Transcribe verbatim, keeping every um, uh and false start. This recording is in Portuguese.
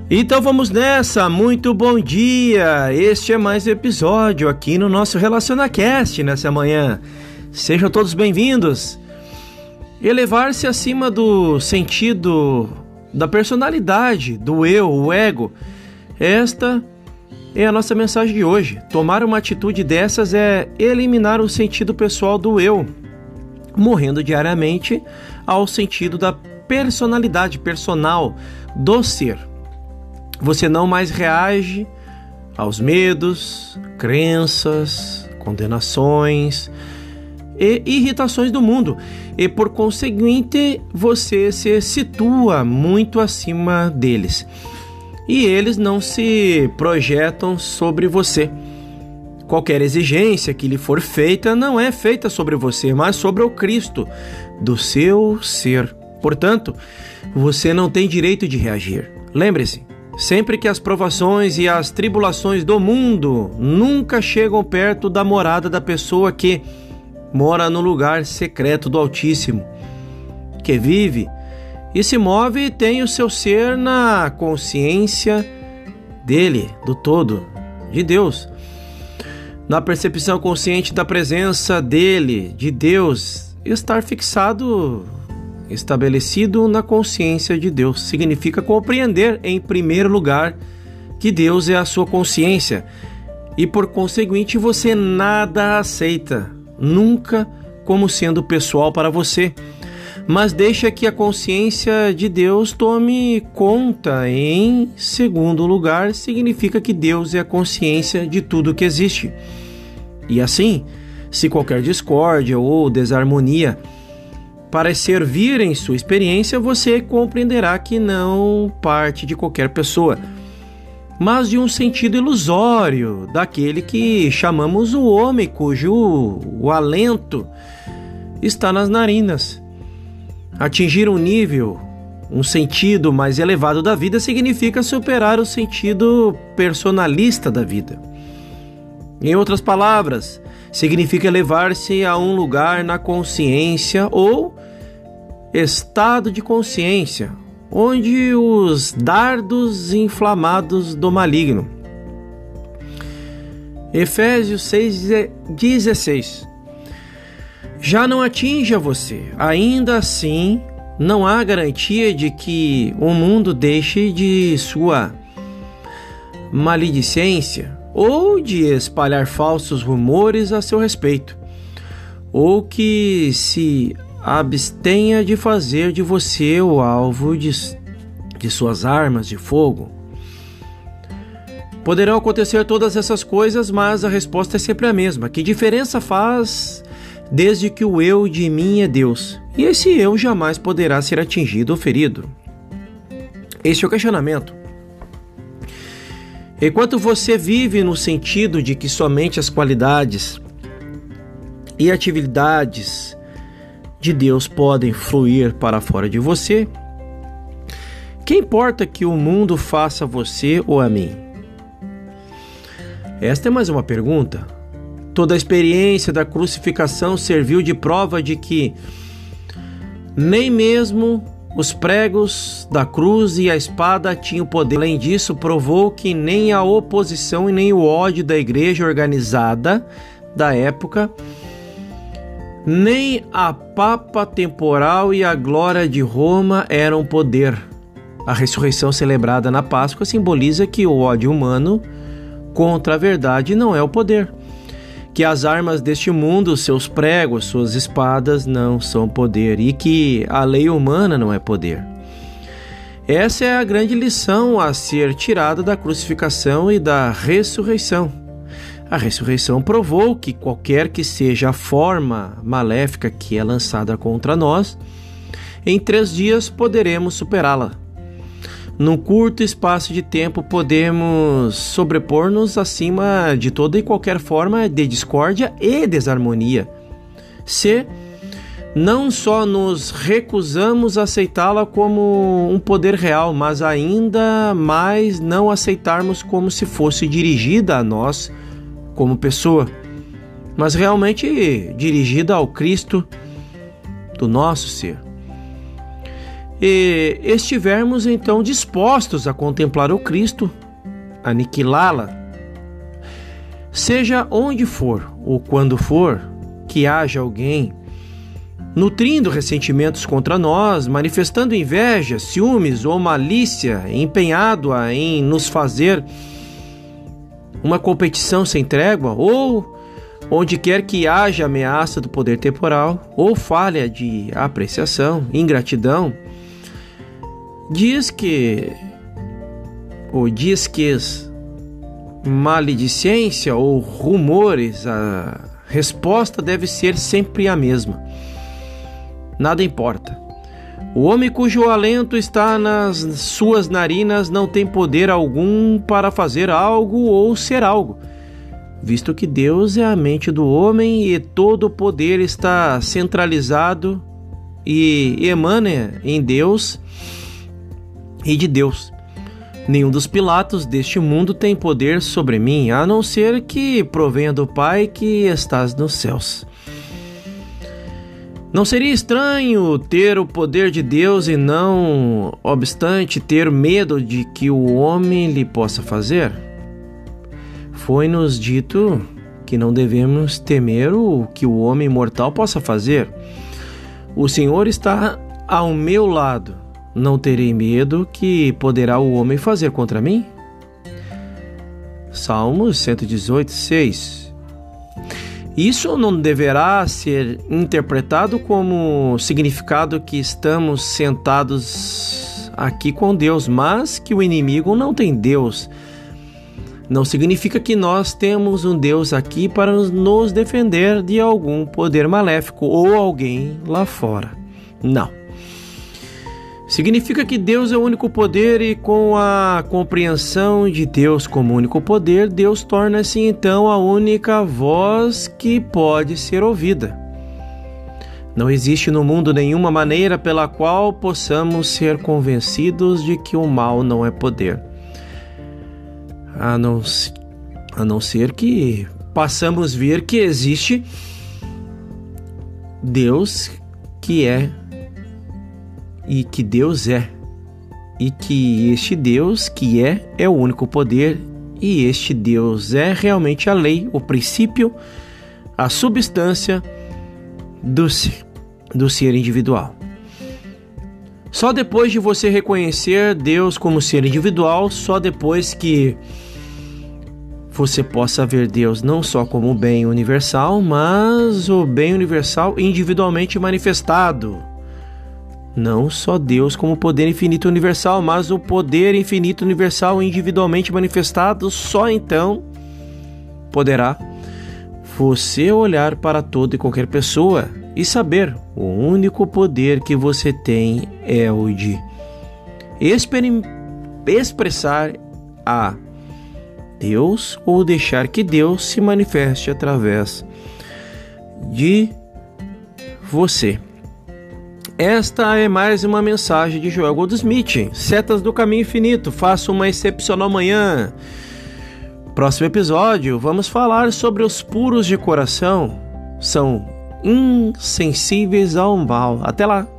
Então vamos nessa, muito bom dia! Este é mais um episódio aqui no nosso RelacionaCast nessa manhã. Sejam todos bem-vindos. Elevar-se acima do sentido da personalidade, do eu, o ego. Esta é a nossa mensagem de hoje. Tomar uma atitude dessas é eliminar o sentido pessoal do eu, morrendo diariamente ao sentido da personalidade personal do ser. Você não mais reage aos medos, crenças, condenações e irritações do mundo. E por conseguinte, você se situa muito acima deles. E eles não se projetam sobre você. Qualquer exigência que lhe for feita não é feita sobre você, mas sobre o Cristo do seu ser. Portanto, você não tem direito de reagir. Lembre-se, sempre que as provações e as tribulações do mundo nunca chegam perto da morada da pessoa que mora no lugar secreto do Altíssimo, que vive e se move e tem o seu ser na consciência dele, do todo, de Deus, na percepção consciente da presença dele, de Deus. Estar fixado, estabelecido na consciência de Deus significa compreender, em primeiro lugar, que Deus é a sua consciência e, por conseguinte, você nada aceita, nunca como sendo pessoal para você, mas deixa que a consciência de Deus tome conta. Em segundo lugar, significa que Deus é a consciência de tudo que existe. E assim, se qualquer discórdia ou desarmonia parecer vir em sua experiência, você compreenderá que não parte de qualquer pessoa, mas de um sentido ilusório, daquele que chamamos o homem, cujo o alento está nas narinas. Atingir um nível, um sentido mais elevado da vida significa superar o sentido personalista da vida. Em outras palavras, significa elevar-se a um lugar na consciência ou estado de consciência, onde os dardos inflamados do maligno. Efésios seis, dezesseis. Já não atinge a você. Ainda assim, não há garantia de que o mundo deixe de sua maledicência ou de espalhar falsos rumores a seu respeito, ou que se abstenha de fazer de você o alvo de, de suas armas de fogo. Poderão acontecer todas essas coisas, mas a resposta é sempre a mesma. Que diferença faz desde que o eu de mim é Deus? E esse eu jamais poderá ser atingido ou ferido. Esse é o questionamento. Enquanto você vive no sentido de que somente as qualidades e atividades de Deus podem fluir para fora de você, que importa que o mundo faça a você ou a mim? Esta é mais uma pergunta. Toda a experiência da crucificação serviu de prova de que nem mesmo os pregos da cruz e a espada tinham poder. Além disso, provou que nem a oposição e nem o ódio da igreja organizada da época, nem a papa temporal e a glória de Roma eram poder. A ressurreição celebrada na Páscoa simboliza que o ódio humano contra a verdade não é o poder, que as armas deste mundo, seus pregos, suas espadas não são poder e que a lei humana não é poder. Essa é a grande lição a ser tirada da crucificação e da ressurreição. A ressurreição provou que qualquer que seja a forma maléfica que é lançada contra nós, em três dias poderemos superá-la. Num curto espaço de tempo podemos sobrepor-nos acima de toda e qualquer forma de discórdia e desarmonia. Se não só nos recusamos a aceitá-la como um poder real, mas ainda mais não aceitarmos como se fosse dirigida a nós como pessoa, mas realmente dirigida ao Cristo do nosso ser. e estivermos então dispostos a contemplar o Cristo, aniquilá-la, seja onde for ou quando for que haja alguém nutrindo ressentimentos contra nós, manifestando inveja, ciúmes ou malícia, empenhado em nos fazer uma competição sem trégua, ou onde quer que haja ameaça do poder temporal, ou falha de apreciação, ingratidão, diz que, ou diz que maledicência ou rumores, a resposta deve ser sempre a mesma. Nada importa. O homem cujo alento está nas suas narinas não tem poder algum para fazer algo ou ser algo, visto que Deus é a mente do homem e todo o poder está centralizado e emana em Deus e de Deus. Nenhum dos Pilatos deste mundo tem poder sobre mim, a não ser que provenha do Pai que estás nos céus. Não seria estranho ter o poder de Deus e não obstante ter medo de que o homem lhe possa fazer? Foi-nos dito que não devemos temer o que o homem mortal possa fazer. O Senhor está ao meu lado. Não terei medo que poderá o homem fazer contra mim? Salmos cento e dezoito, seis. Isso não deverá ser interpretado como significado que estamos sentados aqui com Deus, mas que o inimigo não tem Deus. Não significa que nós temos um Deus aqui para nos defender de algum poder maléfico ou alguém lá fora. Não. Significa que Deus é o único poder e com a compreensão de Deus como único poder, Deus torna-se então a única voz que pode ser ouvida. Não existe no mundo nenhuma maneira pela qual possamos ser convencidos de que o mal não é poder. A não, a não ser que passamos a ver que existe Deus que é e que Deus é, e que este Deus que é, é o único poder, e este Deus é realmente a lei, o princípio, a substância do, do ser individual. Só depois de você reconhecer Deus como ser individual, só depois que você possa ver Deus não só como o bem universal, mas o bem universal individualmente manifestado. Não só Deus como poder infinito universal, mas o poder infinito universal individualmente manifestado, só então poderá você olhar para toda e qualquer pessoa e saber o único poder que você tem é o de expressar a Deus ou deixar que Deus se manifeste através de você. Esta é mais uma mensagem de Joel Goldsmith. Setas do Caminho Infinito. Faça uma excepcional manhã. Próximo episódio, vamos falar sobre os puros de coração. São insensíveis ao mal. Até lá!